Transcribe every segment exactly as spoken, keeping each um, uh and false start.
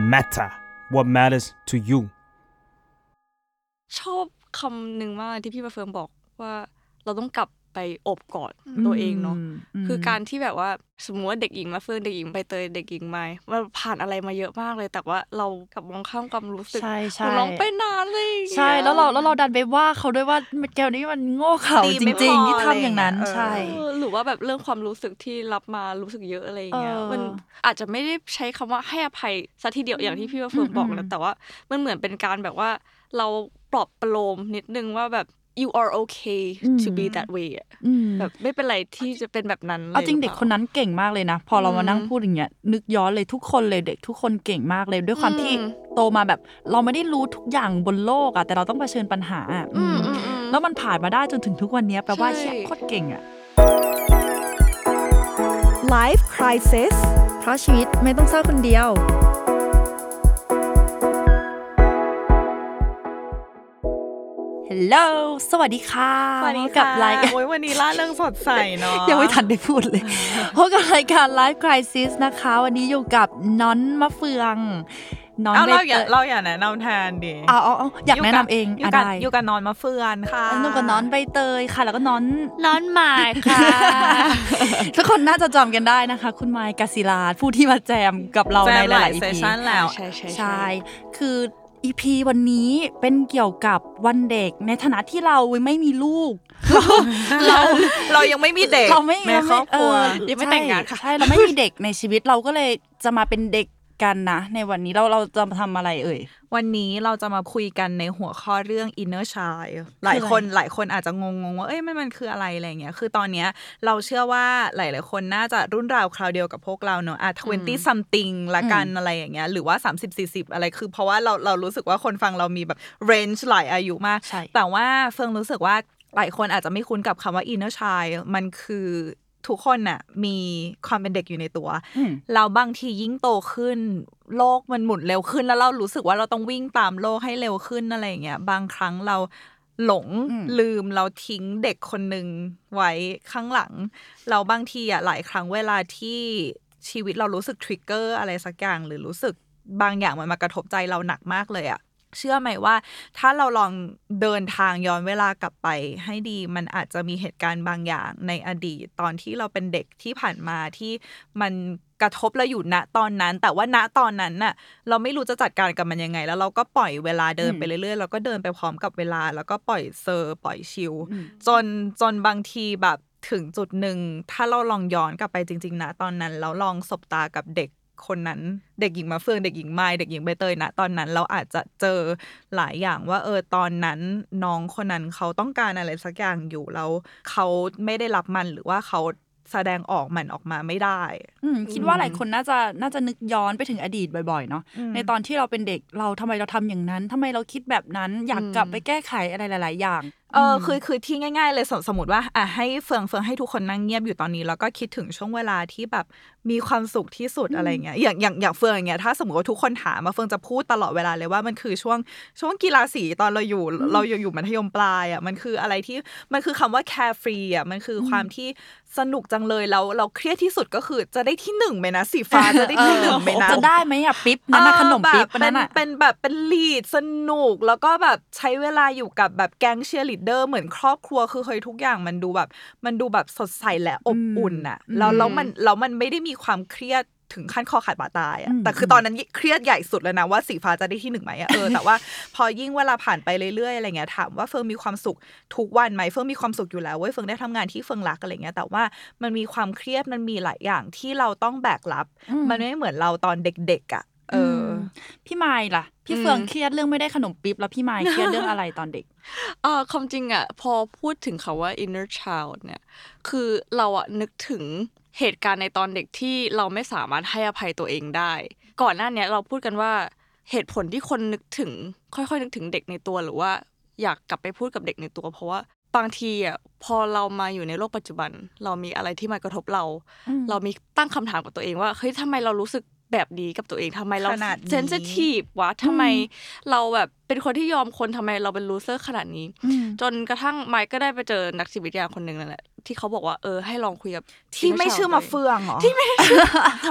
matter what matters to you ชอบคำหนึ่งมากที่พี่ประเฟิร์มบอกว่าเราต้องกลับไปอบกอดตัวเองเนาะคือการที่แบบว่าสมมติว่าเด็กหญิงมาเฟิร์นเด็กหญิงใบเตยเด็กหญิงไม้มันผ่านอะไรมาเยอะมากเลยแต่ว่าเรากลับมองข้ามความรู้สึกของน้องไปนานเลยใช่แล้วเราแล้วเราดันไปว่าเขาด้วยว่าแกวนี้มันโง่เขลาจริงๆที่ทำอย่างนั้นใช่หรือว่าแบบเรื่องความรู้สึกที่รับมารู้สึกเยอะอะไรอย่างเงี้ยมันอาจจะไม่ได้ใช้คำว่าให้อภัยซะทีเดียวอย่างที่พี่ประเฟิร์มบอกนะแต่ว่ามันเหมือนเป็นการแบบว่าเราปลอบประโลมนิดนึงว่าแบบyou are okay to be that way แบบไม่เป็นไรที่จะเป็นแบบนั้นเลยเอาจริงเด็กคนนั้นเก่งมากเลยนะพอเรามานั่งพูดอย่างเงี้ยนึกย้อนเลยทุกคนเลยเด็กทุกคนเก่งมากเลยด้วยความที่โตมาแบบเราไม่ได้รู้ทุกอย่างบนโลกอะแต่เราต้องเผชิญปัญหาแล้วมันผ่านมาได้จนถึงทุกวันนี้แปลว่าเชี่ยโคตรเก่งอะ Life Crisis เพราะชีวิตไม่ต้องเศร้าคนเดียวฮัลโหลสวัสดีค่ะสวัสดีค่ะกับรายการโอ้ยวันนี้ล่าเรื่องสดใสเนาะยังไม่ทันได้พูดเลยพบกับรายการ Life Crisis นะคะวันนี้อยู่กับน้อนมะเฟืองน้อนเราอย่าเราอย่าแนะนำแทนดิอ๋ออยากแนะนำเองอ่ะได้อยู่กับน้อนมะเฟืองค่ะอยู่กับน้อนใบเตยค่ะแล้วก็น้อนน้อนไม้ค่ะทุกคนน่าจะจำกันได้นะคะคุณไมค์กศิราผู้ที่มาแจมกับเราในหลายๆ อี พีแล้วใช่ๆคืออี พี วันนี้เป็นเกี่ยวกับวันเด็กในฐานะที่เราไม่มีลูกเราเรายังไม่มีเด็กในครอบครัวยังไม่แต่งงานค่ะใช่เราไม่มีเด็กในชีวิตเราก็เลยจะมาเป็นเด็กกันนะในวันนี้เราเราจะทำอะไรเอ่ยวันนี้เราจะมาคุยกันในหัวข้อเรื่อง inner child หลายคนหลายคนอาจจะงงๆว่าเอ้ยมันมันคืออะไรอะไรเงี้ยคือตอนเนี้ยเราเชื่อว่าหลายๆคนน่าจะรุ่นราวคราวเดียวกับพวกเราเนอะอ่ะยี่สิบ something ละกันอะไรอย่างเงี้ยหรือว่าสามสิบ สี่สิบอะไรคือเพราะว่าเราเรารู้สึกว่าคนฟังเรามีแบบ range หลายอายุมากแต่ว่าเฟิงรู้สึกว่าหลายคนอาจจะไม่คุ้นกับคำว่า inner child มันคือทุกคนน่ะมีความเป็นเด็กอยู่ในตัวเราบางทียิ่งโตขึ้นโลกมันหมุนเร็วขึ้นแล้วเรารู้สึกว่าเราต้องวิ่งตามโลกให้เร็วขึ้นอะไรอย่างเงี้ยบางครั้งเราหลงลืมเราทิ้งเด็กคนนึงไว้ข้างหลังเราบางทีอ่ะหลายครั้งเวลาที่ชีวิตเรารู้สึกทริกเกอร์อะไรสักอย่างหรือรู้สึกบางอย่างมันมากระทบใจเราหนักมากเลยอ่ะเชื่อไหมว่าถ้าเราลองเดินทางย้อนเวลากลับไปให้ดีมันอาจจะมีเหตุการณ์บางอย่างในอดีตตอนที่เราเป็นเด็กที่ผ่านมาที่มันกระทบเราอยู่ณตอนนั้นแต่ว่าณตอนนั้นน่ะเราไม่รู้จะจัดการกับมันยังไงแล้วเราก็ปล่อยเวลาเดินไปเรื่อยๆเราก็เดินไปพร้อมกับเวลาแล้วก็ปล่อยเซอร์ปล่อยชิลจนจนบางทีแบบถึงจุดหนึ่งถ้าเราลองย้อนกลับไปจริงๆนะตอนนั้นแล้วลองสบตากับเด็กคนนั้นเด็กหญิงมะเฟืองเด็กหญิงไม้เด็กหญิงใบเตยนะตอนนั้นเราอาจจะเจอหลายอย่างว่าเออตอนนั้นน้องคนนั้นเขาต้องการอะไรสักอย่างอยู่แล้วเขาไม่ได้รับมันหรือว่าเขาแสดงออกมันออกมาไม่ได้คิดว่าหลายคนน่าจะน่าจะนึกย้อนไปถึงอดีตบ่อยๆเนาะในตอนที่เราเป็นเด็กเราทำไมเราทำอย่างนั้นทำไมเราคิดแบบนั้นอยากกลับไปแก้ไขอะไรหลายๆอย่างเออคือคือที่ง่ายๆเลยสมสมมติว่าอ่ะให้เฟืองเฟืองให้ทุกคนนั่งเงียบอยู่ตอนนี้แล้วก็คิดถึงช่วงเวลาที่แบบมีความสุขที่สุดอะไรเงี้ยอย่างอย่างอย่างเฟืองอย่างเงี้ยถ้าสมมติว่าทุกคนถามมาเฟืองจะพูดตลอดเวลาเลยว่ามันคือช่วงช่วงกีฬาสีตอนเราอยู่เราอยู่อยู่มัธยมปลายอ่ะมันคืออะไรที่มันคือคำว่า carefree อ่ะมันคือความที่สนุกจังเลยแล้วเราเครียดที่สุดก็คือจะได้ที่หนึ่งไหมนะสีฟ้าจะได้ที่หนึ่งไหมนะจะได้ไหมอ่ะปิ๊บนั่นน่ะขนมปิ๊บนั่นน่ะเป็นแบบเป็นลีดสนุกแล้วก็แบบใช้เวลาอยู่กับแบบแก๊งเชียร์ลีดเดอร์เหมือนครอบครัวคือเฮ้ยทุกอย่างมันดูแบบมันดูแบบสดใสและอบอุ่นน่ะแล้วแล้วมันแล้วมันไม่ได้มีความเครียดถึงขั้นคอขาดบาดตายอ่ะแต่คือตอนนั้นเครียดใหญ่สุดแล้วนะว่าสีฟ้าจะได้ที่หนึ่งไหมอ่ะเออแต่ว่าพอยิ่งเวลาผ่านไปเรื่อยๆอะไรเงี้ยถามว่าเฟิงมีความสุขทุกวันไหมเฟิงมีความสุขอยู่แล้วเว้ยเฟิงได้ทำงานที่เฟิงรักอะไรเงี้ยแต่ว่ามันมีความเครียดมันมีหลายอย่างที่เราต้องแบกรับมันไม่เหมือนเราตอนเด็กๆอ่ะเออพี่ไมค์ล่ะพี่เฟืองเครียดเรื่องไม่ได้ขนมปิ๊บแล้วพี่ไมค์เครียดเรื่องอะไรตอนเด็กเออความจริงอ่ะพอพูดถึงคำว่า inner child เนี่ยคือเราอ่ะนึกถึงเหตุการณ์ในตอนเด็กที่เราไม่สามารถให้อภัยตัวเองได้ก่อนหน้านี้เราพูดกันว่าเหตุผลที่คนนึกถึงค่อยๆนึกถึงเด็กในตัวหรือว่าอยากกลับไปพูดกับเด็กในตัวเพราะว่าบางทีอ่ะพอเรามาอยู่ในโลกปัจจุบันเรามีอะไรที่มากระทบเราเรามีตั้งคำถามกับตัวเองว่าเฮ้ยทำไมเรารู้สึกแบบนี้กับตัวเองทำไมเราเซนซิทีฟวะทำไมเราแบบเป็นคนที่ยอมคนทำไมเราเป็นลูเซอร์ขนาดนี้จนกระทั่งไมค์ก็ได้ไปเจอนักจิตวิทยาคนนึงนั่นแหละที่เขาบอกว่าเออให้ลองคุยกับที่ไม่ชื่อมาเฟืองเหรอที่ไม่ชื่อ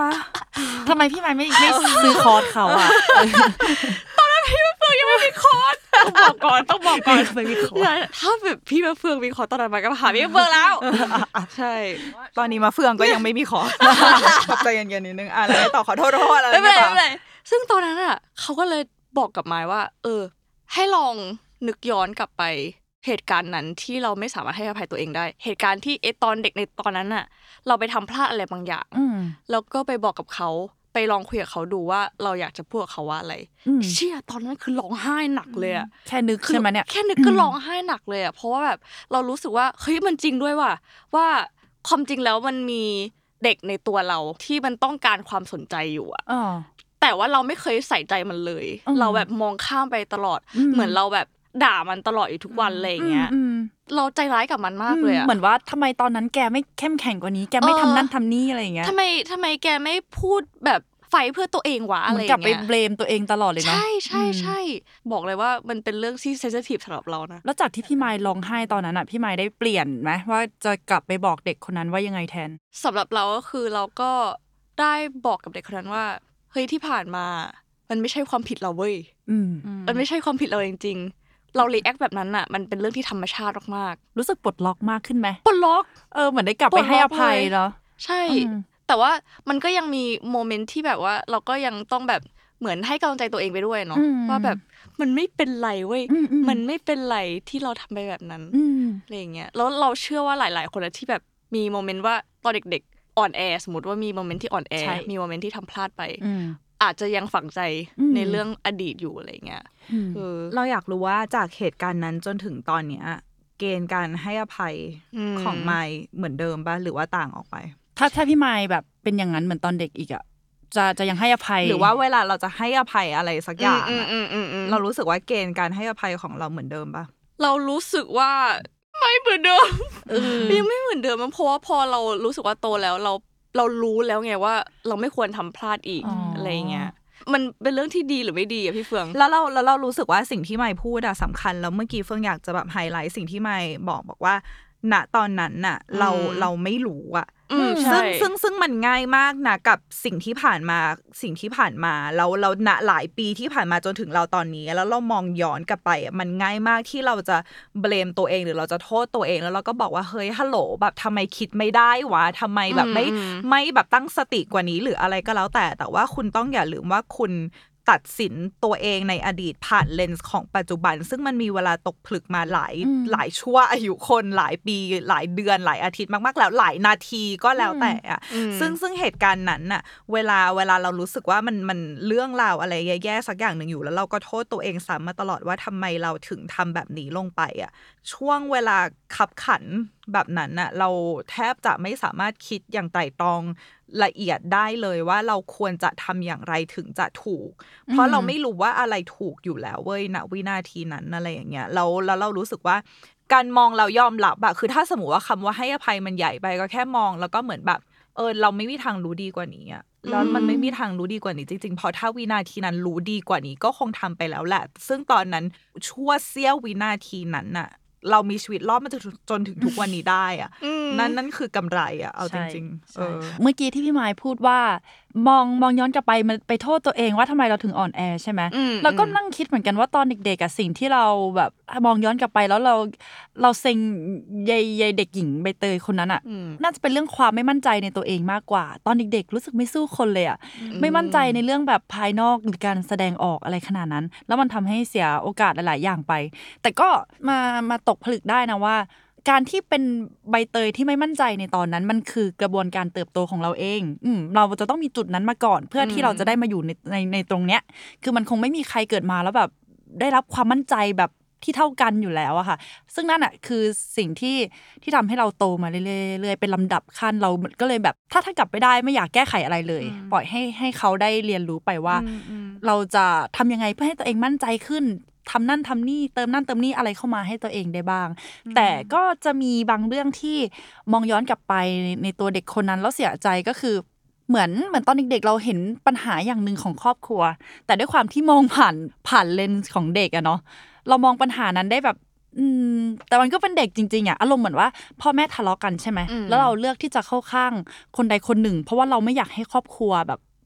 ทำไมพี่ไมค์ไม่ไม่ซื้อคอร์สเขาอ่ะตอนนั้นพี่มะเฟืองยังไม่มีคอร์สต้องบอกก่อนต้องบอกก่อนไม่มีคอร์สถ้าแบบพี่มะเฟืองมีคอร์สตอนนั้นมาก็หาพี่มะเฟืองแล้วใช่ตอนนี้มะเฟืองก็ยังไม่มีคอร์สขอบใจเย็นๆนิดนึงอ่ะแล้วต่อขอโทษโทษอะไรไม่เป็นไรไม่เป็นไรซึ่งตอนนั้นอ่ะเขาก็เลยบอกกับไมค์ว่าเออให้ลองนึกย้อนกลับไปเหตุการณ์นั้นที่เราไม่สามารถให้อภัยตัวเองได้เหตุการณ์ที่เอตอนเด็กในตอนนั้นน่ะเราไปทำพลาดอะไรบางอย่างแล้วก็ไปบอกกับเขาไปลองคุยกับเขาดูว่าเราอยากจะพูดกับเขาว่าอะไรเชี่ยตอนนั้นคือร้องไห้หนักเลยอ่ะแค่นึกใช่ไหมเนี่ยแค่นึกก็ร้องไห้หนักเลยอ่ะเพราะว่าแบบเรารู้สึกว่าเฮ้ยมันจริงด้วยว่ะว่าความจริงแล้วมันมีเด็กในตัวเราที่มันต้องการความสนใจอยู่อ่ะแต่ว่าเราไม่เคยใส่ใจมันเลยเราแบบมองข้ามไปตลอดเหมือนเราแบบด่ามันตลอดอยู่ทุกวันอะไรอย่างเงี้ยเราใจร้ายกับมันมากเลยอ่ะเหมือนว่าทำไมตอนนั้นแกไม่เข้มแข็งกว่านี้แกไม่ทำนั่นทำนี่อะไรอย่างเงี้ยทำไมทำไมแกไม่พูดแบบไฟเพื่อตัวเองวะอะไรอย่างเงี้ยกลับไปเบลมตัวเองตลอดเลยเนาะใช่ใช่ใช่บอกเลยว่ามันเป็นเรื่องที่เซนซิทีฟสำหรับเรานะแล้วจากที่พี่ไมค์ร้องไห้ตอนนั้นอ่ะพี่ไมค์ได้เปลี่ยนไหมว่าจะกลับไปบอกเด็กคนนั้นว่ายังไงแทนสำหรับเราก็คือเราก็ได้บอกกับเด็กคนนั้นว่าเฮ้ยที่ผ่านมามันไม่ใช่ความผิดเราเว้ยมันไม่ใช่ความผิดเราจริงๆเรารีแอคแบบนั้นน่ะมันเป็นเรื่องที่ธรรมชาติมากๆรู้สึกปลดล็อกมากขึ้นไหมปลดล็อกเออเหมือนได้กลับไปให้อภัยเนาะใช่แต่ว่ามันก็ยังมีโมเมนต์ที่แบบว่าเราก็ยังต้องแบบเหมือนให้กำลังใจตัวเองไปด้วยเนาะว่าแบบมันไม่เป็นไรเว้ยมันไม่เป็นไรที่เราทำไปแบบนั้นอะไรอย่างเงี้ยแล้วเราเชื่อว่าหลายๆคนที่แบบมีโมเมนต์ว่าตอนเด็กๆอ่อนแอสมมติว่ามีโมเมนต์ที่อ่อนแอมีโมเมนต์ที่ทำพลาดไปอาจจะยังฝังใจในเรื่องอดีตอยู่อะไรเงี้ยเราอยากรู้ว่าจากเหตุการณ์นั้นจนถึงตอนเนี้ยเกณฑ์การให้อภัยของไมค์เหมือนเดิมป่ะหรือว่าต่างออกไปถ้าถ้าพี่ไมค์แบบเป็นอย่างนั้นเหมือนตอนเด็กอีกอ่ะจะจะยังให้อภัยหรือว่าเวลาเราจะให้อภัยอะไรสักอย่างเรารู้สึกว่าเกณฑ์การให้อภัยของเราเหมือนเดิมป่ะเรารู้สึกว่าไม่เหมือนเดิมยังไม่เหมือนเดิมเพราะว่าพอเรารู้สึกว่าโตแล้วเราเรารู้แล้วไงว่าเราไม่ควรทำพลาดอีก อ, อะไรเงี้ยมันเป็นเรื่องที่ดีหรือไม่ดีอะพี่เฟืองแล้วเราแล้วเรารู้สึกว่าสิ่งที่ไมค์พูดอะสำคัญแล้วเมื่อกี้เฟืองอยากจะแบบไฮไลท์สิ่งที่ไมค์บอกบอกว่าณตอนนั้นน่ะเราเราไม่รู้อะซึ่งซึ่งซึ่งมันง่ายมากนะกับสิ่งที่ผ่านมาสิ่งที่ผ่านมาเราเราณหลายปีที่ผ่านมาจนถึงเราตอนนี้แล้วเรามองย้อนกลับไปมันง่ายมากที่เราจะเบลมตัวเองหรือเราจะโทษตัวเองแล้วเราก็บอกว่าเฮ้ยฮัลโหลแบบทำไมคิดไม่ได้วะทำไมแบบไม่ไม่แบบตั้งสติกว่านี้หรืออะไรก็แล้วแต่แต่ว่าคุณต้องอย่าลืมว่าคุณตัดสินตัวเองในอดีตผ่านเลนส์ของปัจจุบันซึ่งมันมีเวลาตกผลึกมาหลายหลายชั่วอายุคนหลายปีหลายเดือนหลายอาทิตย์มากๆแล้วหลายนาทีก็แล้วแต่อ่ะซึ่งซึ่งเหตุการณ์นั้นน่ะเวลาเวลาเรารู้สึกว่ามันมันเรื่องราวอะไรแย่ๆสักอย่างนึงอยู่แล้วเราก็โทษตัวเองซ้ำมาตลอดว่าทำไมเราถึงทำแบบนี้ลงไปอ่ะช่วงเวลาขับขันแบบนั้นน่ะเราแทบจะไม่สามารถคิดอย่างไตร่ตรองละเอียดได้เลยว่าเราควรจะทำอย่างไรถึงจะถูกเพราะเราไม่รู้ว่าอะไรถูกอยู่แล้วเว้ยณวินาทีนั้นอะไรอย่างเงี้ยเราแล้วเรารู้สึกว่าการมองเรายอมรับอะคือถ้าสมมติว่าคำว่าให้อภัยมันใหญ่ไปก็แค่มองแล้วก็เหมือนแบบเออเราไม่มีทางรู้ดีกว่านี้อะแล้วมันไม่มีทางรู้ดีกว่านี้จริงๆเพราะถ้าวินาทีนั้นรู้ดีกว่านี้ก็คงทำไปแล้วแหละซึ่งตอนนั้นชั่วเสี้ยววินาทีนั้นน่ะเรามีชีวิตรอดมาจนถึงทุกวันนี้ได้อ่ะนั่นนั่นคือกำไรอ่ะเอาจริงๆเออเมื่อกี้ที่พี่ไมค์พูดว่ามองมองย้อนกลับไปมันไปโทษตัวเองว่าทำไมเราถึงอ่อนแอใช่ไหมเราก็นั่งคิดเหมือนกันว่าตอนเด็กๆอ่ะสิ่งที่เราแบบมองย้อนกลับไปแล้วเราเราเซ็งยายยายเด็กหญิงใบเตยคนนั้นอ่ะน่าจะเป็นเรื่องความไม่มั่นใจในตัวเองมากกว่าตอนเด็กๆรู้สึกไม่สู้คนเลยอ่ะไม่มั่นใจในเรื่องแบบภายนอกหรือการแสดงออกอะไรขนาดนั้นแล้วมันทำให้เสียโอกาสหลายๆอย่างไปแต่ก็มามาตกผลึกได้นะว่าการที่เป็นใบเตยที่ไม่มั่นใจในตอนนั้นมันคือกระบวนการเติบโตของเราเองอืมเราจะต้องมีจุดนั้นมาก่อนเพื่อที่เราจะได้มาอยู่ในในในตรงเนี้ยคือมันคงไม่มีใครเกิดมาแล้วแบบได้รับความมั่นใจแบบที่เท่ากันอยู่แล้วอะค่ะซึ่งนั่นอะคือสิ่งที่ที่ทำให้เราโตมาเรื่อยๆเป็นลำดับขั้นเราก็เลยแบบถ้าถ้ากลับไปได้ไม่อยากแก้ไขอะไรเลยปล่อยให้ให้เขาได้เรียนรู้ไปว่าเราจะทำยังไงเพื่อให้ตัวเองมั่นใจขึ้นทำนั่นทำนี่เติมนั่นเติมนี่อะไรเข้ามาให้ตัวเองได้บ้างแต่ก็จะมีบางเรื่องที่มองย้อนกลับไปในตัวเด็กคนนั้นแล้วเสียใจก็คือเหมือนเหมือนตอนเด็กๆเราเห็นปัญหาอย่างนึงของครอบครัวแต่ด้วยความที่มองผ่านผ่านเลนส์ของเด็กอะเนาะเรามองปัญหานั้นได้แบบอืมแต่มันก็เป็นเด็กจริงๆอะอารมณ์เหมือนว่าพ่อแม่ทะเลาะกันใช่ไหมแล้วเราเลือกที่จะเข้าข้างคนใดคนหนึ่งเพราะว่าเราไม่อยากให้ครอบครัวแบบ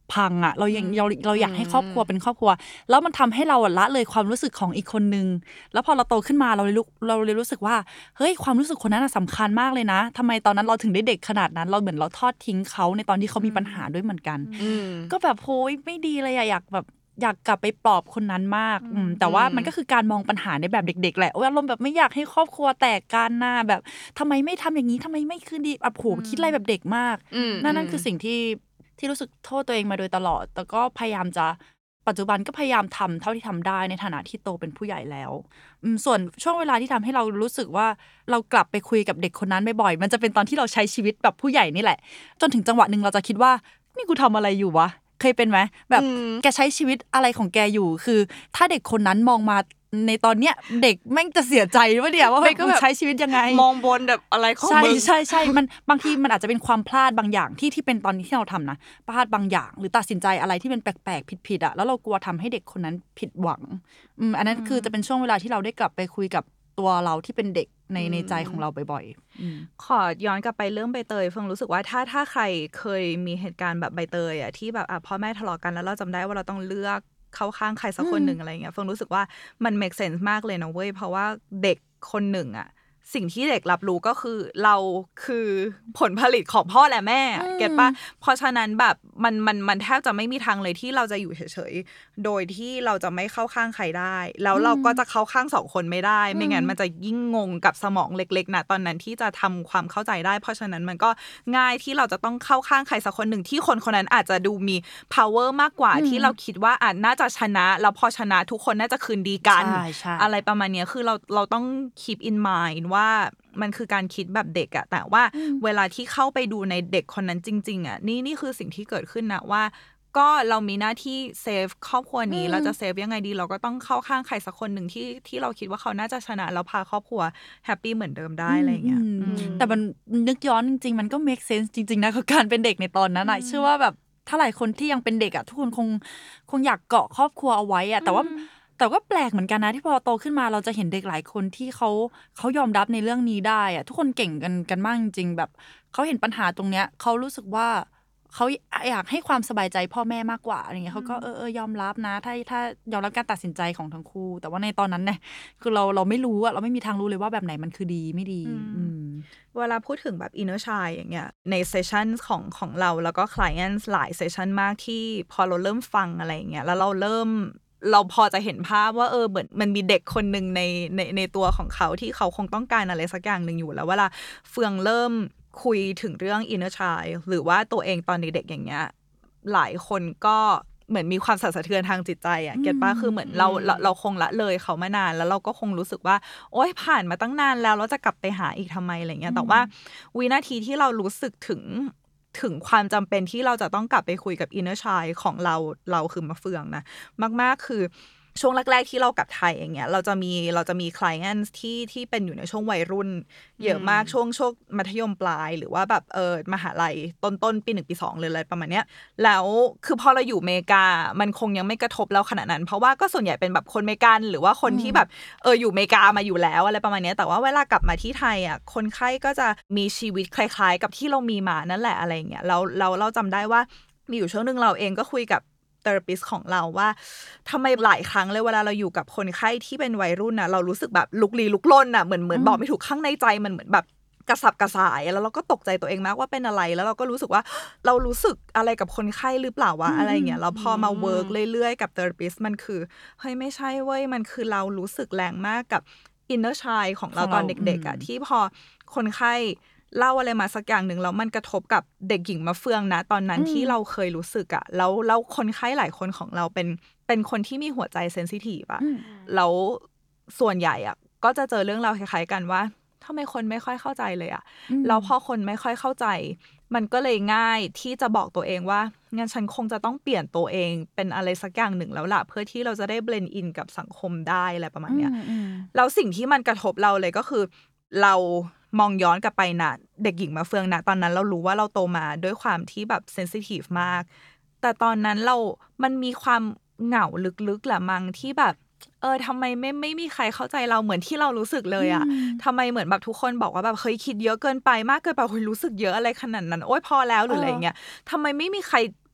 พังอ่ะเรายังเราเราอยากให้ครอบครัวเป็นครอบครัวแล้วมันทำให้เราอะละเลยความรู้สึกของอีกคนนึงแล้วพอเราโตขึ้นมาเราเลยรู้เราเลยรู้สึกว่าเฮ้ยความรู้สึกคนนั้นสำคัญมากเลยนะทำไมตอนนั้นเราถึงได้เด็กขนาดนั้นเราเหมือนเราทอดทิ้งเขาในตอนที่เขามีปัญหาด้วยเหมือนกันก็แบบโหยไม่ดีเลยอะอยากแบบอยากกลับไปปลอบคนนั้นมากแต่ว่ามันก็คือการมองปัญหาในแบบเด็กๆแหละอารมณ์แบบไม่อยากให้ครอบครัวแตกกันน่ะแบบทำไมไม่ทำอย่างนี้ทำไมไม่คืนดีอ่ะโหคิดอะไรแบบเด็กมากนั่นนั่นคือสิ่งที่ที่รู้สึกโทษตัวเองมาโดยตลอดแต่ก็พยายามจะปัจจุบันก็พยายามทำเท่าที่ทำได้ในฐานะที่โตเป็นผู้ใหญ่แล้วส่วนช่วงเวลาที่ทำให้เรารู้สึกว่าเรากลับไปคุยกับเด็กคนนั้นบ่อยๆมันจะเป็นตอนที่เราใช้ชีวิตแบบผู้ใหญ่นี่แหละจนถึงจังหวะนึงเราจะคิดว่านี่กูทำอะไรอยู่วะเคยเป็นไหมแบบแกใช้ชีวิตอะไรของแกอยู่คือถ้าเด็กคนนั้นมองมาในตอนเนี้ยเด็กแม่งจะเสียใจว่าเดี๋ยวว่ากูใช้ชีวิตยังไงมองบนแบบอะไรของมึงใช่ใช่ใช่มันบางทีมันอาจจะเป็นความพลาดบางอย่างที่ที่เป็นตอนนี้ที่เราทำนะพลาดบางอย่างหรือตัดสินใจอะไรที่เป็นแปลกๆผิดๆอ่ะแล้วเรากลัวทำให้เด็กคนนั้นผิดหวังอืมอันนั้นคือจะเป็นช่วงเวลาที่เราได้กลับไปคุยกับตัวเราที่เป็นเด็กในในใจของเราบ่อยๆขอย้อนกลับไปเรื่องใบเตยเฟิงรู้สึกว่าถ้าถ้าใครเคยมีเหตุการณ์แบบใบเตยอ่ะที่แบบอ่ะพ่อแม่ทะเลาะกันแล้วเราจำได้ว่าเราต้องเลือกเข้าข้างใครสักคนหนึ่งอะไรเงี้ยเฟิงรู้สึกว่ามัน make sense มากเลยนะเว้ยเพราะว่าเด็กคนหนึ่งอ่ะสิ่งที่เด็กรับรู้ก็คือเราคือผลผลิตของพ่อและแม่เก็ทป่ะเพราะฉะนั้นแบบมันมันมันแทบจะไม่มีทางเลยที่เราจะอยู่เฉยๆโดยที่เราจะไม่เข้าข้างใครได้แล้วเราก็จะเข้าข้างสองคนไม่ได้ไม่งั้นมันจะยิ่งงงกับสมองเล็กๆนะตอนนั้นที่จะทำความเข้าใจได้เพราะฉะนั้นมันก็ง่ายที่เราจะต้องเข้าข้างใครสักคนหนึ่งที่คนคนนั้นอาจจะดูมี power มากกว่าที่เราคิดว่าอาจน่าจะชนะแล้วพอชนะทุกคนน่าจะคืนดีกันอะไรประมาณนี้คือเราเราต้อง keep in mindว่ามันคือการคิดแบบเด็กอะแต่ว่าเวลาที่เข้าไปดูในเด็กคนนั้นจริงๆอะนี่นี่คือสิ่งที่เกิดขึ้นนะว่าก็เรามีหน้าที่เซฟครอบครัวนี้เราจะเซฟยังไงดีเราก็ต้องเข้าข้างใครสักคนหนึ่งที่ที่เราคิดว่าเขาน่าจะชนะแล้วพาครอบครัวแฮปปี้เหมือนเดิมได้อะไรเงี้ยแต่มันนึกย้อนจริงๆมันก็ make sense จริงๆนะกับการเป็นเด็กในตอนนั้นอะเชื่อว่าแบบถ้าหลายคนที่ยังเป็นเด็กอะทุกคนคงคงอยากเกาะครอบครัวเอาไว้อะแต่ว่าแต่ก็แปลกเหมือนกันนะที่พอโตขึ้นมาเราจะเห็นเด็กหลายคนที่เขาเขายอมรับในเรื่องนี้ได้อะทุกคนเก่งกันกันมากจริงๆแบบเขาเห็นปัญหาตรงเนี้ยเขารู้สึกว่าเขาอยากให้ความสบายใจพ่อแม่มากกว่าอะไรเงี้ยเขาก็เออเออยอมรับนะถ้าถ้ายอมรับการตัดสินใจของทั้งคู่แต่ว่าในตอนนั้นเนี่ยคือเราเราไม่รู้อะเราไม่มีทางรู้เลยว่าแบบไหนมันคือดีไม่ดีเวลาพูดถึงแบบ inner child อย่างเงี้ยในเซสชั่นของของเราแล้วก็ clients หลายเซสชั่นมากที่พอเราเริ่มฟังอะไรอย่างเงี้ยแล้วเราเริ่มเราพอจะเห็นภาพว่าเออเหมือนมันมีเด็กคนนึงในในในตัวของเขาที่เขาคงต้องการอะไรสักอย่างนึงอยู่แล้วเวลาเฟืองเริ่มคุยถึงเรื่อง inner child หรือว่าตัวเองตอนเด็กๆอย่างเงี้ยหลายคนก็เหมือนมีความสั่นสะเทือนทางจิตใจอ่ะเก็ทป่ะคือเหมือนเราเราเราคงละเลยเขามานานแล้วเราก็คงรู้สึกว่าโอ๊ยผ่านมาตั้งนานแล้วเราจะกลับไปหาอีกทำไมอะไรเงี้ยแต่ว่าวินาทีที่เรารู้สึกถึงถึงความจำเป็นที่เราจะต้องกลับไปคุยกับ inner child ของเราเราคือมะเฟืองนะมากๆคือช่วงแรกๆที่เรากลับไทยอย่างเงี้ยเราจะมีเราจะมี clients ที่ที่เป็นอยู่ในช่วงวัยรุ่นเยอะมากช่วงช่วงมัธยมปลายหรือว่าแบบเออมหาลัยต้นๆปีหนึ่งปีสองเลยอะไรประมาณเนี้ยแล้วคือพอเราอยู่อเมริกามันคงยังไม่กระทบเราขนาดนั้นเพราะว่าก็ส่วนใหญ่เป็นแบบคนอเมริกันหรือว่าคนที่แบบเอออยู่อเมริกามาอยู่แล้วอะไรประมาณเนี้ยแต่ว่าเวลากลับมาที่ไทยอ่ะคนไข้ก็จะมีชีวิตคล้ายๆกับที่เรามีมานั่นแหละอะไรเงี้ยเราเราเราจำได้ว่ามีอยู่ช่วงนึงเราเองก็คุยกับtherapist ของเราว่าทำไมหลายครั้งเลยเวลาเราอยู่กับคนไข้ที่เป็นวัยรุ่นน่ะเรารู้สึกแบบลุกลี้ลุกลนน่ะเหมือนเหมือนบอกไม่ถูกข้างในใจมันเหมือนแบบกระสับกระส่ายแล้วเราก็ตกใจตัวเองมากว่าเป็นอะไรแล้วเราก็รู้สึกว่าเรารู้สึกอะไรกับคนไข้หรือเปล่าวะอะไรเงี้ยแล้วพอมาเวิร์กเรื่อยๆกับ therapist มันคือเฮ้ยไม่ใช่เว้ยมันคือเรารู้สึกแรงมากกับ inner child ของเราตอนเด็กๆอ่ะที่พอคนไข้เล่าอะไรมาสักอย่างหนึ่งแล้วมันกระทบกับเด็กหญิงมะเฟืองนะตอนนั้นที่เราเคยรู้สึกอะแล้วแล้วคนไข้หลายคนของเราเป็นเป็นคนที่มีหัวใจเซนซิทีฟอะแล้วส่วนใหญ่อะก็จะเจอเรื่องราวคล้ายๆกันว่าทำไมคนไม่ค่อยเข้าใจเลยอะแล้วพอคนไม่ค่อยเข้าใจมันก็เลยง่ายที่จะบอกตัวเองว่างั้นฉันคงจะต้องเปลี่ยนตัวเองเป็นอะไรสักอย่างหนึ่งแล้วล่ะเพื่อที่เราจะได้เบลนด์อินกับสังคมได้อะไรประมาณเนี้ยแล้วสิ่งที่มันกระทบเราเลยก็คือเรามองย้อนกลับไปนะเด็กหญิงมะเฟืองนะตอนนั้นเรารู้ว่าเราโตมาด้วยความที่แบบเซนซิทีฟมากแต่ตอนนั้นเรามันมีความเหงาลึกๆแหละมั้งที่แบบเออทำไมไม่ไม่มีใครเข้าใจเราเหมือนที่เรารู้สึกเลยอะทำไมเหมือนแบบทุกคนบอกว่าแบบเฮ้ยคิดเยอะเกินไปมากเกินไปโอ้ยรู้สึกเยอะอะไรขนาดนั้นโอ๊ยพอแล้วหรืออะไรเงี้ยทำไมไม่มีใคร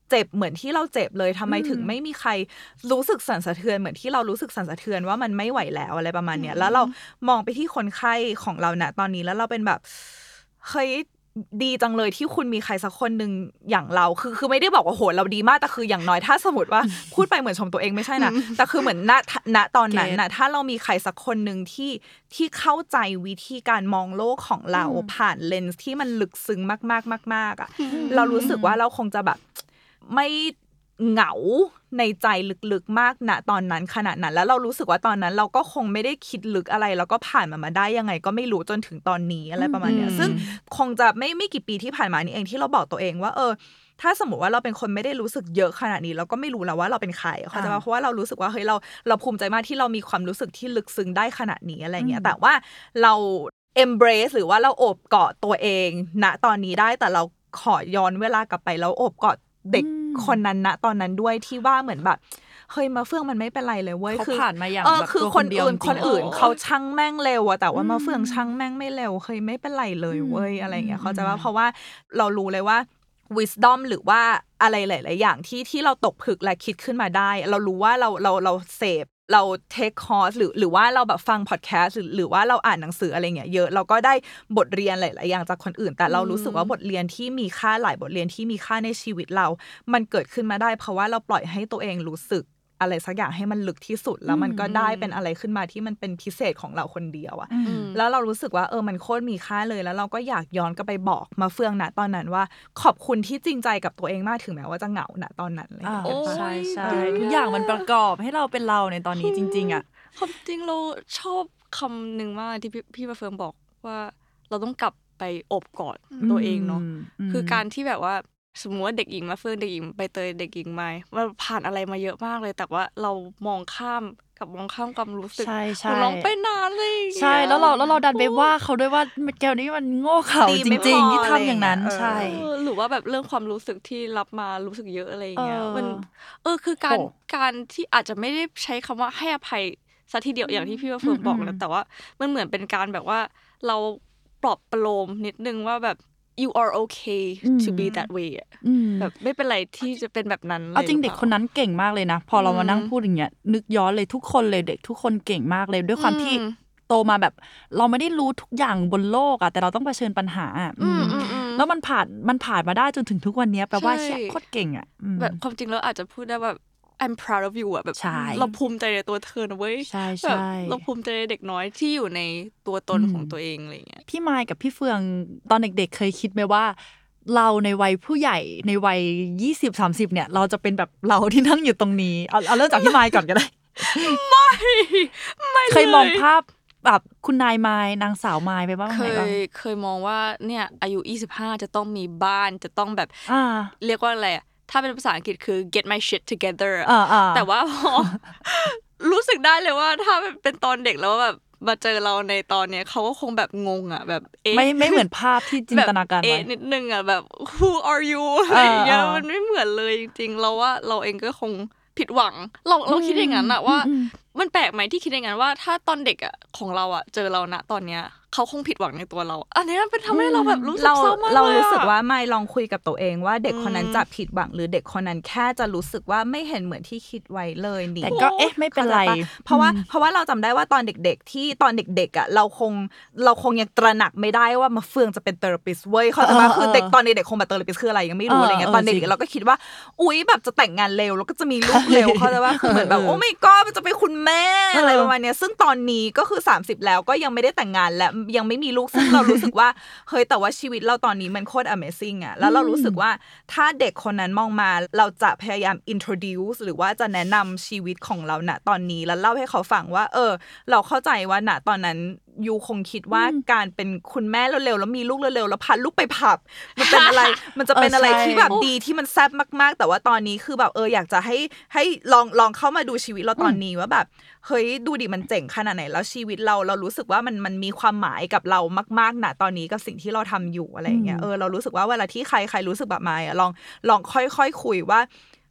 เจ็บเหมือนที่เราเจ็บเลยทำไมถึงไม่มีใครรู้สึกสั่นสะเทือนเหมือนที่เรารู้สึกสั่นสะเทือนว่ามันไม่ไหวแล้วอะไรประมาณเนี้ยแล้วเรามองไปที่คนไข้ของเราณตอนนี้แล้วเราเป็นแบบเฮ้ยดีจังเลยที่คุณมีใครสักคนนึงอย่างเราคือคือไม่ได้บอกว่าโหเราดีมากแต่คืออย่างน้อยถ้าสมมติว่าพูดไปเหมือนชมตัวเองไม่ใช่นะแต่คือเหมือนณณตอนนั้นน่ะถ้าเรามีใครสักคนนึงที่ที่เข้าใจวิธีการมองโลกของเราผ่านเลนส์ที่มันลึกซึ้งมากๆๆๆอ่ะเรารู้สึกว่าเราคงจะแบบไม่เหงาในใจลึกๆมากณตอนนั้นขนาดนั้นแล้วเรารู้สึกว่าตอนนั้นเราก็คงไม่ได้คิดลึกอะไรแล้วก็ผ่านมันมาได้ยังไงก็ไม่รู้จนถึงตอนนี้อะไรประมาณเนี้ยซึ่งคงจะไม่ไม่กี่ปีที่ผ่านมานี้เองที่เราบอกตัวเองว่าเออถ้าสมมติว่าเราเป็นคนไม่ได้รู้สึกเยอะขนาดนี้เราก็ไม่รู้แล้วว่าเราเป็นใครเขาจะมาเพราะว่าเรารู้สึกว่าเฮ้ยเราเราภูมิใจมากที่เรามีความรู้สึกที่ลึกซึ้งได้ขนาดนี้อะไรเงี้ยแต่ว่าเรา embrace หรือว่าเราโอบกอดตัวเองณตอนนี้ได้แต่เราขอย้อนเวลากลับไปแล้วโอบกอดเด็กคนนั้นณตอนนั้นด้วยที่ว่าเหมือนแบบเฮ้ยมาเฟื่องมันไม่เป็นไรเลยเว้ยคือผ่านมาอย่างเออแบบคือตัวคคน นเดียวอื่นจริงๆคนอื่นเขาช่างแม่งเร็วอะแต่ว่ามาเฟื่องช่างแม่งไม่เร็วเคยไม่เป็นไรเลยเว้ยอะไรอย่างเงี้ยเขาใจว่าเพราะว่าเรารู้เลยว่า wisdom หรือว่าอะไรหลายๆอย่างที่ที่เราตกผลึกและคิดขึ้นมาได้เรารู้ว่าเราเราเราเสพเราเทคคอร์สหรือหรือว่าเราแบบฟังพอดแคสต์หรือหรือว่าเราอ่านหนังสืออะไรเงี้ยเยอะเราก็ได้บทเรียนหลายๆอย่างจากคนอื่นแต่เรารู้สึกว่าบทเรียนที่มีค่าหลายบทเรียนที่มีค่าในชีวิตเรามันเกิดขึ้นมาได้เพราะว่าเราปล่อยให้ตัวเองรู้สึกอะไรสักอย่างให้มันลึกที่สุดแล้วมันก็ได้เป็นอะไรขึ้นมาที่มันเป็นพิเศษของเราคนเดียวอะแล้วเรารู้สึกว่าเออมันโคตรมีค่าเลยแล้วเราก็อยากย้อนกลับไปบอกมาเฟืองณตอนนั้นว่าขอบคุณที่จริงใจกับตัวเองมากถึงแม้ว่าจะเหงาณตอนนั้นเลยใช่ใช่ทุกอย่างมันประกอบให้เราเป็นเราในตอนนี้จริงๆอ่ะความจริงเราชอบคำหนึ่งมากที่พี่พี่มาเฟืองบอกว่าเราต้องกลับไปอบกอดตัวเองเนาะคือการที่แบบว่าสมมติว่าเด็กหญิงมาเฟื่องเด็กหญิงใบเตยเด็กหญิงไม้มันผ่านอะไรมาเยอะมากเลยแต่ว่าเรามองข้ามกับมองข้ามความรู้สึกของน้องไปนานเลยใช่แล้วเราแล้วเราดันไปว่าเขาด้วยว่าแกวนี้มันโง่เขลาจริงๆที่ทำอย่างนั้นใช่หรือว่าแบบเรื่องความรู้สึกที่รับมารู้สึกเยอะอะไรอย่างเงี้ยมันเออคือการการที่อาจจะไม่ได้ใช้คำว่าให้อภัยซะทีเดียวอย่างที่พี่ว่าเฟิร์มบอกนะแต่ว่ามันเหมือนเป็นการแบบว่าเราปลอบประโลมนิดนึงว่าแบบyou are okay to be that way อ่ะแบบไม่เป็นไรที่จะเป็นแบบนั้นเลยเอาจริงเด็กคนนั้นเก่งมากเลยนะพอเรามานั่งพูดอย่างเงี้ยนึกย้อนเลยทุกคนเลยเด็กทุกคนเก่งมากเลยด้วยความที่โตมาแบบเราไม่ได้รู้ทุกอย่างบนโลกอ่ะแต่เราต้องเผชิญปัญหาแล้วมันผ่านมันผ่านมาได้จนถึงทุกวันนี้แปลว่าเชี่ยโคตรเก่งอ่ะแบบความจริงแล้วอาจจะพูดได้แบบ I'm proud of you อ่ะแบบเราภูมิใจในตัวเธอนะเว้ยใช่ใช่เราภูมิใจในเด็กน้อยที่อยู่ในตัวตนของตัวเองอะไรเงี้ยพี่มายกับพี่เฟืองตอนเด็กๆเคยคิดไหมว่าเราในวัยผู้ใหญ่ในวัยยี่สิบ สามสิบเนี่ยเราจะเป็นแบบเราที่นั่งอยู่ตรงนี้เอาเอาเริ่มจากพี่มายก่อนก็ได้ไม่ไม่เคยมองภาพแบบคุณนายมายนางสาวมายไปบ้างไหมเคยเคยมองว่าเนี่ยอายุยี่สิบห้าจะต้องมีบ้านจะต้องแบบเรียกว่าอะไรถ้าเป็นภาษาอังกฤษคือ get my shit together แต่ว่าพอรู้สึกได้เลยว่าถ้าเป็นตอนเด็กแล้วแบบมาเจอเราในตอนเนี้ยเขาก็คงแบบงงอ่ะแบบเอ๊ะไม่ไม่เหมือนภาพที่จินตนาการไว้เอ๊ะนิดนึงอ่ะแบบ who are you อะไรอย่างเงี้ยมันไม่เหมือนเลยจริงๆเราว่าเราเองก็คงผิดหวังเราเราคิดอย่างนั้นอะว่ามันแปลกไหมที่คิดอย่างนั้นว่าถ้าตอนเด็กอ่ะของเราอ่ะเจอเราณตอนเนี้ยเขาคงผิดหวังในตัวเราอันนี้มันเป็นทำให้เราแบบรู้สึกเศร้ามากเลยเรารู้สึกว่าไม่ลองคุยกับตัวเองว่าเด็กคนนั้นจะผิดหวังหรือเด็กคนนั้นแค่จะรู้สึกว่าไม่เห็นเหมือนที่คิดไว้เลยนี่แต่ก็เอ๊ะไม่เป็นไรเพราะว่าเพราะว่าเราจำได้ว่าตอนเด็กๆที่ตอนเด็กๆอ่ะเราคงเราคงยังตระหนักไม่ได้ว่ามาเฟืองจะเป็นเทอราปิสต์เว้ยเขาจะมาคือเด็กตอนเด็กๆคงแบบเทอราปิสต์คืออะไรยังไม่รู้อะไรเงี้ยตอนเด็กๆเราก็คิดว่าอุ๊ยแบบจะแต่งงานเร็วแล้วก็จะมีลูกเร็วเขาจะว่าคือเหมือนแบบโอ้ไม่ก็มันจะเป็นคุณแม่อะไรประมาณเนี้ยซึ่งตอนนี้ก็คือสามสิบแล้วก็ยังไม่ได้แต่งงานและยังไม่มีลูกซึ่งเรารู้สึกว่าเฮ้ยแต่ว่าชีวิตเราตอนนี้มันโคตร amazing อ่ะแล้วเรารู้สึกว่าถ้าเด็กคนนั้นมองมาเราจะพยายาม introduce หรือว่าจะแนะนำชีวิตของเราณตอนนี้แล้วเล่าให้เขาฟังว่าเออเราเข้าใจว่าณตอนนั้นยูคงคิดว่าการเป็นคุณแม่เร็วๆแล้วมีลูกเร็วๆแล้วพาลูกไปผับมันเป็นอะไรมันจะเป็นอะไรที่แบบดีที่มันแซ่บมากๆแต่ว่าตอนนี้คือแบบเอออยากจะให้ให้ลองลองเข้ามาดูชีวิตเราตอนนี้ว่าแบบเฮ้ยดูดิมันเจ๋งขนาดไหนแล้วชีวิตเราเรารู้สึกว่ามันมันมีความหมายกับเรามากๆนะตอนนี้กับสิ่งที่เราทำอยู่อะไรอย่างเงี้ยเออเรารู้สึกว่าเวลาที่ใครใครรู้สึกแบบมายอ่ะลองลองค่อยๆคุยว่า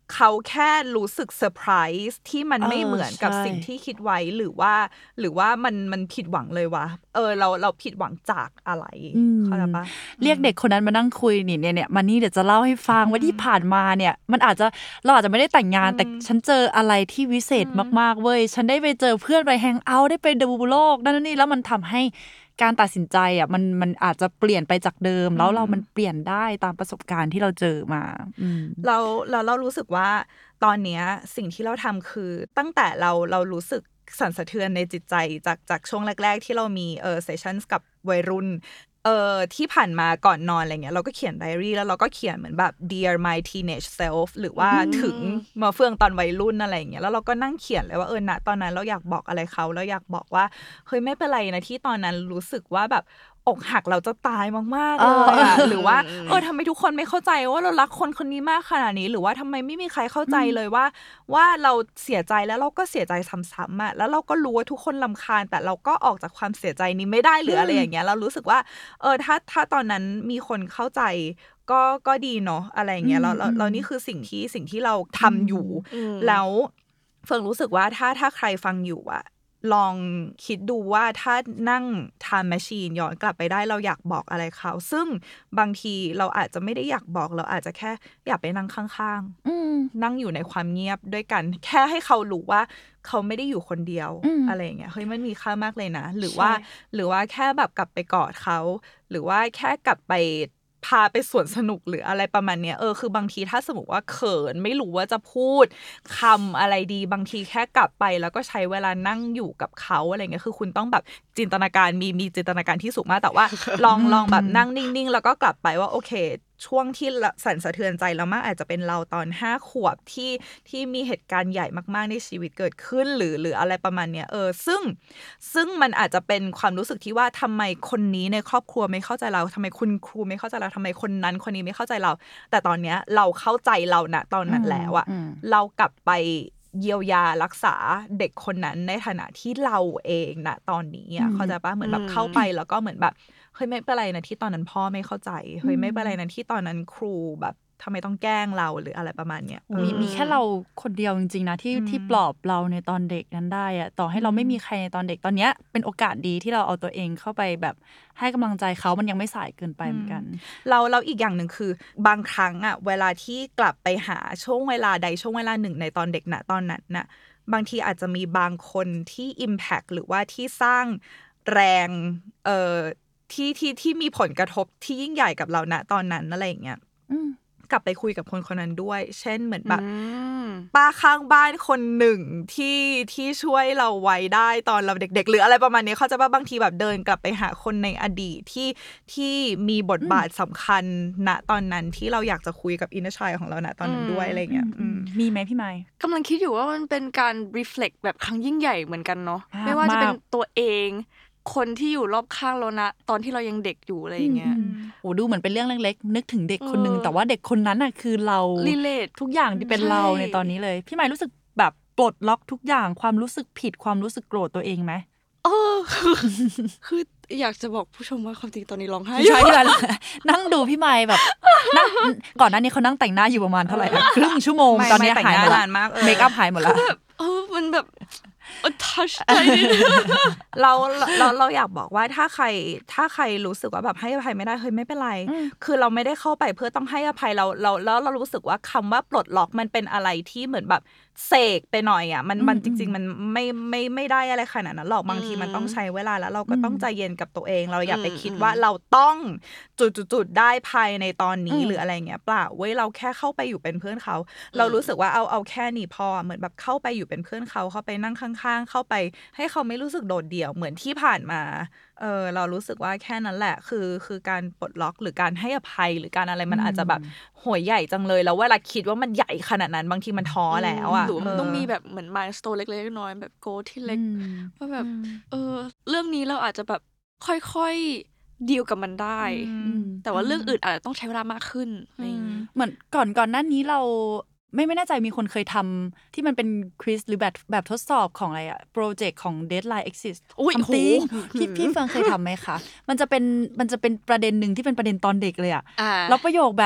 เขาแค่รู้สึกเซอร์ไพรส์ที่มันไม่เออเหมือนกับใช่สิ่งที่คิดไว้หรือว่า หรือว่ามันมันผิดหวังเลยวะเออเราเราผิดหวังจากอะไรอืมเข้าใจปะเรียกเด็กคนนั้นมานั่งคุยนี่เนี่ยเนี่ยมานี่เดี๋ยวจะเล่าให้ฟังว่าที่ผ่านมาเนี่ยมันอาจจะเราอาจจะไม่ได้แต่งงานแต่ฉันเจออะไรที่วิเศษมากๆเว้ยฉันได้ไปเจอเพื่อนไปแฮงเอาท์ได้ไปดูโลกนั่นนี่แล้วมันทำให้การตัดสินใจอ่ะมันมันอาจจะเปลี่ยนไปจากเดิมแล้วเรามันเปลี่ยนได้ตามประสบการณ์ที่เราเจอมาอืมเราเราเรารู้สึกว่าตอนเนี้ยสิ่งที่เราทำคือตั้งแต่เราเรารู้สึกสั่นสะเทือนในจิตใจจากจากช่วงแรกๆที่เรามีเออเซสชั่นกับวัยรุ่นเออที่ผ่านมาก่อนนอนอะไรเงี้ยเราก็เขียนไดอารี่แล้วเราก็เขียนเหมือนแบบ dear my teenage self หรือว่าถึงมาเฟืองตอนวัยรุ่นอะไรเงี้ยแล้วเราก็นั่งเขียนเลยว่าเออณตอนนั้นเราอยากบอกอะไรเขาแล้วอยากบอกว่าเฮ้ยไม่เป็นไรนะที่ตอนนั้นรู้สึกว่าแบบอกหักเราจะตายมากๆเลยอะหรือว่าเออทำไมทุกคนไม่เข้าใจว่าเรารักคนคนนี้มากขนาดนี้หรือว่าทำไมไม่มีใครเข้าใจเลยว่าว่าเราเสียใจแล้วเราก็เสียใจซ้ำๆอะแล้วเราก็รู้ว่าทุกคนรำคาญแต่เราก็ออกจากความเสียใจนี้ไม่ได้หรืออะไรอย่างเงี้ยเรารู้สึกว่าเออถ้าถ้าตอนนั้นมีคนเข้าใจก็ก็ดีเนาะอะไรอย่างเงี้ยแล้วเรานี่คือสิ่งที่สิ่งที่เราทำอยู่แล้วเฟิงรู้สึกว่าถ้าถ้าใครฟังอยู่อะลองคิดดูว่าถ้านั่ง time machine ย้อนกลับไปได้เราอยากบอกอะไรเขาซึ่งบางทีเราอาจจะไม่ได้อยากบอกเราอาจจะแค่อยากไปนั่งข้างๆนั่งอยู่ในความเงียบด้วยกันแค่ให้เขารู้ว่าเขาไม่ได้อยู่คนเดียวอะไรอย่างเงี้ยเฮ้ยมันมีค่ามากเลยนะหรือว่าหรือว่าแค่แบบกลับไปกอดเขาหรือว่าแค่กลับไปพาไปสวนสนุกหรืออะไรประมาณเนี้ยเออคือบางทีถ้าสมมติว่าเขินไม่รู้ว่าจะพูดคำอะไรดีบางทีแค่กลับไปแล้วก็ใช้เวลานั่งอยู่กับเขาอะไรเงี้ยคือคุณต้องแบบจินตนาการมีมีจินตนาการที่สูงมากแต่ว่า ลองลองแบบนั่งนิ่งๆแล้วก็กลับไปว่าโอเคช่วงที่สั่นสะเทือนใจเรามากอาจจะเป็นเราตอนห้าขวบที่ที่มีเหตุการณ์ใหญ่มากๆในชีวิตเกิดขึ้นหรือหรืออะไรประมาณเนี้ยเออซึ่งซึ่งมันอาจจะเป็นความรู้สึกที่ว่าทำไมคนนี้ในครอบครัวไม่เข้าใจเราทำไมคุณครูไม่เข้าใจเราทำไมคนนั้นคนนี้ไม่เข้าใจเราแต่ตอนเนี้ยเราเข้าใจเราณตอนนั้นแล้วอะเรากลับไปเยียวยารักษาเด็กคนนั้นในฐานะที่เราเองณตอนนี้อ่ะเข้าใจปะเหมือนแบบเข้าไปแล้วก็เหมือนแบบเฮ้ยไม่เป็นไรนะที่ตอนนั้นพ่อไม่เข้าใจเฮ้ยไม่เป็นไรนะที่ตอนนั้นครูแบบทำไมต้องแกล้งเราหรืออะไรประมาณเนี้ยมีมีแค่เราคนเดียวจริงๆนะที่ที่ปลอบเราในตอนเด็กนั้นได้อะต่อให้เราไม่มีใครในตอนเด็กตอนเนี้ยเป็นโอกาสดีที่เราเอาตัวเองเข้าไปแบบให้กำลังใจเขามันยังไม่สายเกินไปเหมือนกันเราเราอีกอย่างหนึ่งคือบางครั้งอะเวลาที่กลับไปหาช่วงเวลาใดช่วงเวลาหนึ่งในตอนเด็กนะตอนนั้นน่ะบางทีอาจจะมีบางคนที่ impact หรือว่าที่สร้างแรงเอ่อที่ที่ที่มีผลกระทบที่ยิ่งใหญ่กับเราณตอนนั้นอะไรอย่างเงี้ยกลับไปคุยกับคนคนนั้นด้วยเช่นเหมือนแบบป้าข้างบ้านคนหนึ่งที่ที่ช่วยเราไว้ได้ตอนเราเด็กๆหรืออะไรประมาณนี้เขาจะว่าบางทีแบบเดินกลับไปหาคนในอดีตที่ที่มีบทบาทสำคัญณตอนนั้นที่เราอยากจะคุยกับอินเนอร์ไชล์ของเราณตอนนั้นด้วยอะไรเงี้ยมีไหมพี่ไมค์กำลังคิดอยู่ว่ามันเป็นการ reflect แบบครั้งยิ่งใหญ่เหมือนกันเนาะไม่ว่าจะเป็นตัวเองคนที่อยู่รอบข้างเรานะตอนที่เรายังเด็กอยู่อะไรอย่างเงี้ยโอ้ดูเหมือนเป็นเรื่องเล็กๆนึกถึงเด็กคนนึงแต่ว่าเด็กคนนั้นน่ะคือเรา relate ทุกอย่างที่เป็นเราในตอนนี้เลยพี่ไมค์รู้สึกแบบปลดล็อกทุกอย่างความรู้สึกผิดความรู้สึกโกรธตัวเองไหมเออคืออยากจะบอกผู้ชมว่าความจริงตอนนี้ร้องไห้ใช่ที่แบบนั่งดูพี่ไมค์แบบนั่งก่อนหน้านี้เขานั่งแต่งหน้าอยู่ประมาณเท่าไหร่ครึ่งชั่วโมงตอนนี้หายหมดแล้วเมคอัพหายหมดแล้วเออมันแบบทัชใจเราเราเราอยากบอกว่าถ้าใครถ้าใครรู้สึกว่าแบบให้อภัยไม่ได้เฮ้ยไม่เป็นไรคือเราไม่ได้เข้าไปเพื่อต้องให้อภัยเราเราแล้วเรารู้สึกว่าคำว่าปลดล็อกมันเป็นอะไรที่เหมือนแบบเสกไปหน่อยอ่ะมันมันจริงๆมันไม่ไม่ไม่ได้อะไรขนาดนั้นหรอกบางทีมันต้องใช้เวลาแล้วเราก็ต้องใจเย็นกับตัวเองเราอย่าไปคิดว่าเราต้องจุดๆๆได้ภายในตอนนี้หรืออะไรเงี้ยเปล่าเว้ยเราแค่เข้าไปอยู่เป็นเพื่อนเขาเรารู้สึกว่าเอาเอาแค่นี้พอเหมือนแบบเข้าไปอยู่เป็นเพื่อนเขาเข้าไปนั่งข้างๆเข้าไปให้เขาไม่รู้สึกโดดเดี่ยวเหมือนที่ผ่านมาเออเรารู้สึกว่าแค่นั้นแหละคือคือการปลดล็อกหรือการให้อภัยหรือการอะไรมันอาจจะแบบโหยใหญ่จังเลยแล้วเวลาคิดว่ามันใหญ่ขนาดนั้นบางทีมันท้อแล้วอ่ะหรือมันต้องมีแบบเหมือน milestone เล็กๆน้อยๆแบบ goal ที่เล็กว่าแบบเออเรื่องนี้เราอาจจะแบบค่อยๆดีลกับมันได้แต่ว่าเรื่องอื่นอาจจะต้องใช้เวลามากขึ้นอะไรอย่างงี้เหมือนก่อนก่อนหน้านี้เราไม่ไม่แน่ใจมีคนเคยทำที่มันเป็นควิสหรือแบบแบบทดสอบของอะไรอะโปรเจกต์ของ Deadline Exist ทำจริงพี่พี่เฟิงเคยทำไหมคะมันจะเป็นมันจะเป็นประเด็นหนึ่งที่เป็นประเด็นตอนเด็กเลยอะแล้วประโยคแบบ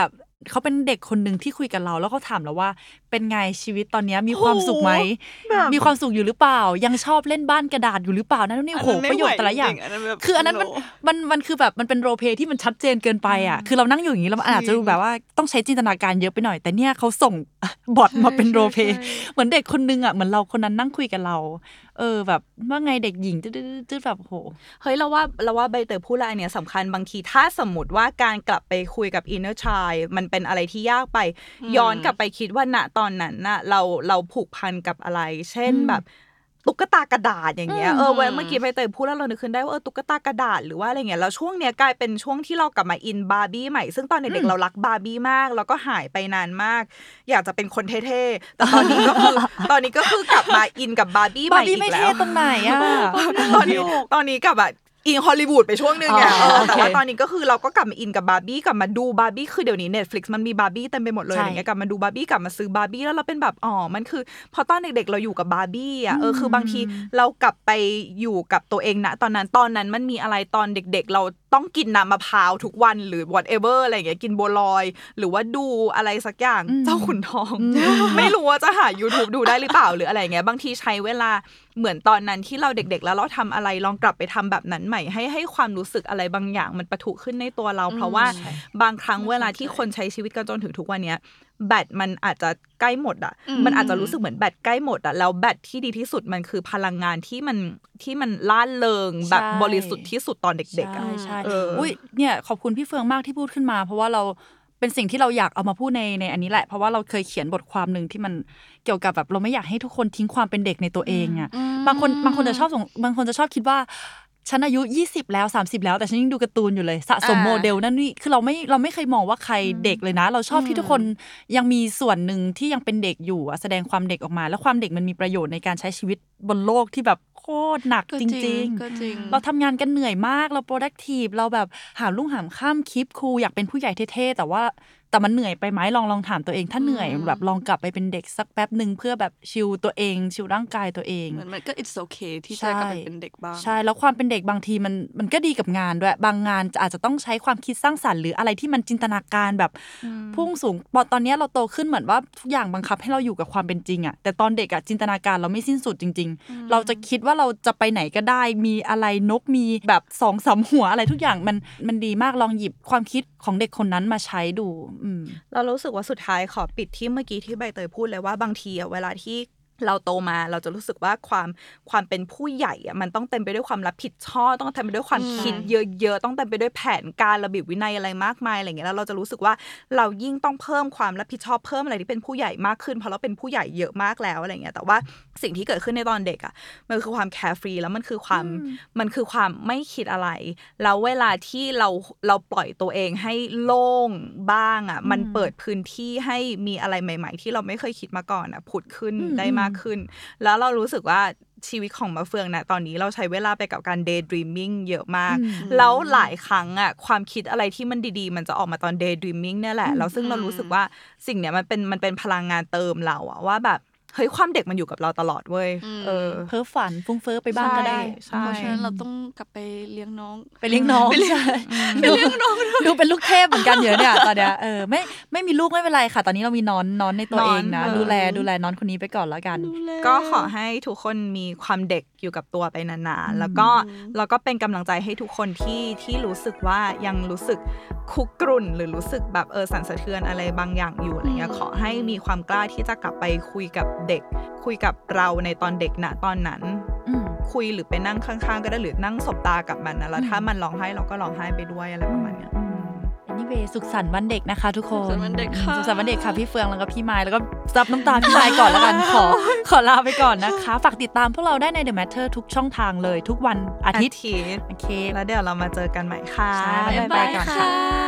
เขาเป็นเด็กคนนึงที่คุยกับเราแล้วเขาถามเราว่าเป็นไงชีวิตตอนนี้มีความสุขไหมมีความสุขอยู่หรือเปล่ายังชอบเล่นบ้านกระดาษอยู่หรือเปล่านั่นนี่โหประโยคแต่ละอย่างคืออันนั้นมันมันมันคือแบบมันเป็นโรลเพลย์ที่มันชัดเจนเกินไปอ่ะคือเรานั่งอยู่อย่างนี้เราอาจจะดูแบบว่าต้องใช้จินตนาการเยอะไปหน่อยแต่เนี่ยเขาส่งบอทมาเป็นโรลเพลย์เหมือนเด็กคนนึงอ่ะเหมือนเราคนนั้นนั่งคุยกับเราเออแบบว่าไงเด็กหญิงจืดๆแบบโหเฮ้ยเราว่าเราว่าใบเตยพูดอะไรเนี่ยสำคัญบางทีถ้าสมมติว่าการกลับไปคุยกับ inner child มันเป็นอะไรที่ยากไปย้อนกลับไปคิดว่าณตอนนั้นน่ะเราเราผูกพันกับอะไรเช่นแบบตุ๊กตากระดาษอย่างเงี้ยเออเมื่อกี้ใบเตยพูดแล้วเรานึกขึ้นได้ว่าเออตุ๊กตากระดาษหรือว่าอะไรเงี้ยแล้วช่วงเนี้ยกลายเป็นช่วงที่เรากลับมาอินบาร์บี้ใหม่ซึ่งตอนเด็กๆเรารักบาร์บี้มากแล้วก็หายไปนานมากอยากจะเป็นคนเท่ๆแต่ตอนนี้ก็คือตอนนี้ก็คือกลับมาอินกับบาร์บี้ใหม่อีกแล้วบาร์บี้ไม่เท่ตรงไหนอ่ะตอนนี้ตอนนี้กับแบบอินฮอลลีวูดไปช่วงนึงอ่ะแต่ว่าตอนนี้ก็คือเราก็กลับมาอินกับบาร์บี้กลับมาดูบาร์บี้คือเดี๋ยวนี้ Netflix มันมีบาร์บี้เต็มไปหมดเลยอย่างเงี้ยกลับมาดูบาร์บี้กลับมาซื้อบาร์บี้แล้วเราเป็นแบบอ๋อมันคือพอตอนเด็กๆเราอยู่กับบาร์บี้อ่ะเออคือบางทีเรากลับไปอยู่กับตัวเองนะตอนนั้นตอนนั้นมันมีอะไรตอนเด็กๆเราต้องกินน้ำมะพร้าวทุกวันหรือ whatever อะไรอย่างเงี้ยกินบัวลอยหรือว่าดูอะไรสักอย่างเจ้าขุนทองไม่รู้ว่าจะหา YouTube ดูได้หรือเปล่าหรืออะไรเงี้ยบางทีใช้เวลาเหมือนตอนนั้นที่เราเด็กๆแล้วเราทำอะไรลองกลับไปทำแบบนั้นใหม่ให้ให้ความรู้สึกอะไรบางอย่างมันปะทุขึ้นในตัวเราเพราะว่าบางครั้งเวลาที่คนใช้ชีวิตกันจนถึงทุกวันเนี้ยแบตมันอาจจะใกล้หมดอ่ะมันอาจจะรู้สึกเหมือนแบตใกล้หมดอ่ะแล้วแบตที่ดีที่สุดมันคือพลังงานที่มันที่มันล่าเริงแบบบริสุทธิ์ที่สุดตอนเด็กๆอ่ะใช่ๆอุ้ยเนี่ยขอบคุณพี่เฟืองมากที่พูดขึ้นมาเพราะว่าเราเป็นสิ่งที่เราอยากเอามาพูดในในอันนี้แหละเพราะว่าเราเคยเขียนบทความนึงที่มันเกี่ยวกับแบบเราไม่อยากให้ทุกคนทิ้งความเป็นเด็กในตัวเองอ่ะบางคนบางคนจะชอบบางคนจะชอบคิดว่าฉันอายุยี่สิบแล้วสามสิบแล้วแต่ฉันยังดูการ์ตูนอยู่เลยสะสมโมเดลนั่นนี่คือเราไม่เราไม่เคยมองว่าใครเด็กเลยนะเราชอบที่ทุกคนยังมีส่วนหนึ่งที่ยังเป็นเด็กอยู่แสดงความเด็กออกมาแล้วความเด็กมันมีประโยชน์ในการใช้ชีวิตบนโลกที่แบบโคตรหนักจริงๆเราทำงานกันเหนื่อยมากเรา productive เราแบบหาลุ่งหามข้ามคลิปครูอยากเป็นผู้ใหญ่เท่ๆแต่ว่าแต่มันเหนื่อยไปไหมลองลองถามตัวเองถ้าเหนื่อยแบบลองกลับไปเป็นเด็กสักแป๊บนึงเพื่อแบบชิลตัวเองชิลร่างกายตัวเองมันมันก็ it's okay ที่จะกลับไปเป็นเด็กบ้างใช่แล้วความเป็นเด็กบางทีมันมันก็ดีกับงานด้วยบางงานอาจจะต้องใช้ความคิดสร้างสรรค์หรืออะไรที่มันจินตนาการแบบพุ่งสูงตอนนี้เราโตขึ้นเหมือนว่าทุกอย่างบังคับให้เราอยู่กับความเป็นจริงอ่ะแต่ตอนเด็กอ่ะจินตนาการเราไม่สิ้นสุดจริงๆเราจะคิดว่าเราจะไปไหนก็ได้มีอะไรนกมีแบบสองสามหัวอะไรทุกอย่างมันมันดีมากลองหยิบความคิดของเด็กคนนั้นมาใช้ดูเรารู้สึกว่าสุดท้ายขอปิดที่เมื่อกี้ที่ใบเตยพูดเลยว่าบางทีอ่ะเวลาที่เราโตมาเราจะรู้สึกว่าความความเป็นผู้ใหญ่อ่ะมันต้องเต็มไปด้วยความรับผิดชอบต้องเต็มไปด้วยความคิดเยอะๆต้องเต็มไปด้วยแผนการระเบียบวินัยอะไรมากมายอะไรอย่างเงี้ยแล้วเราจะรู้สึกว่าเรายิ่งต้องเพิ่มความรับผิดชอบเพิ่มอะไรที่เป็นผู้ใหญ่มากขึ้นเพราะเราเป็นผู้ใหญ่เยอะมากแล้วอะไรอย่างเงี้ยแต่ว่าสิ่งที่เกิดขึ้นในตอนเด็กอ่ะมันคือความแคร์ฟรีแล้วมันคือความมันคือความไม่คิดอะไรแล้วเวลาที่เราเราปล่อยตัวเองให้โล่งบ้างอ่ะมันเปิดพื้นที่ให้มีอะไรใหม่ๆที่เราไม่เคยคิดมาก่อนอ่ะผุดขึ้นได้มากขึ้นแล้วเรารู้สึกว่าชีวิตของมะเฟืองนะตอนนี้เราใช้เวลาไปกับการ daydreaming เยอะมากแล้วหลายครั้งอ่ะความคิดอะไรที่มันดีๆมันจะออกมาตอน daydreaming เนี่ยแหละแล้วซึ่งเรารู้สึกว่าสิ่งเนี้ยมันเป็นมันเป็นพลังงานเติมเราอ่ะว่าแบบเฮ้ยความเด็กมันอยู่กับเราตลอดเว้ยเออเพ้อฝันฟุ้งเฟ้อไปบ้างก็ได้เพราะฉะนั้นเราต้องกลับไปเลี้ยงน้องไปเลี้ยงน้องใช่ไปเลี้ยงน้องดูเป็นลูกเทพเหมือนกันเยอะเนี่ยตอนเนี้ยเออไม่ไม่มีลูกไม่เป็นไรค่ะตอนนี้เรามีน้อนน้อนในตัวเองนะดูแลดูแลน้อนคนนี้ไปก่อนแล้วกันก็ขอให้ทุกคนมีความเด็กอยู่กับตัวไปนานๆแล้วก็แล้วก็เป็นกำลังใจให้ทุกคนที่ที่รู้สึกว่ายังรู้สึกคุกกรุ่นหรือรู้สึกแบบเออสั่นสะเทือนอะไรบางอย่างอยู่อะไรเงี้ยขอให้มีความกล้าที่จะกลับไปคุยกับเด็กคุยกับเราในตอนเด็กณตอนนั้นคุยหรือไปนั่งข้างๆก็ได้หรือนั่งสบตากับมันนะแล้วถ้ามันร้องไห้เราก็ร้องไห้ไปด้วยอะไรประมาณเนี้ยนี่เวสุขสันต์วันเด็กนะคะทุกคนสุขสันต์วันเด็กค่ะสุขสันต์วันเด็กค่ะพี่เฟืองแล้วก็พี่ไมล์แล้วก็ซับน้ำตาพี่ไมล์ก่อนแล้วกันขอขอลาไปก่อนนะคะฝากติดตามพวกเราได้ใน The Matter ทุกช่องทางเลยทุกวันอาทิตย์โอเคแล้วเดี๋ยวเรามาเจอกันใหม่ค่ะบ๊ายบายค่ะ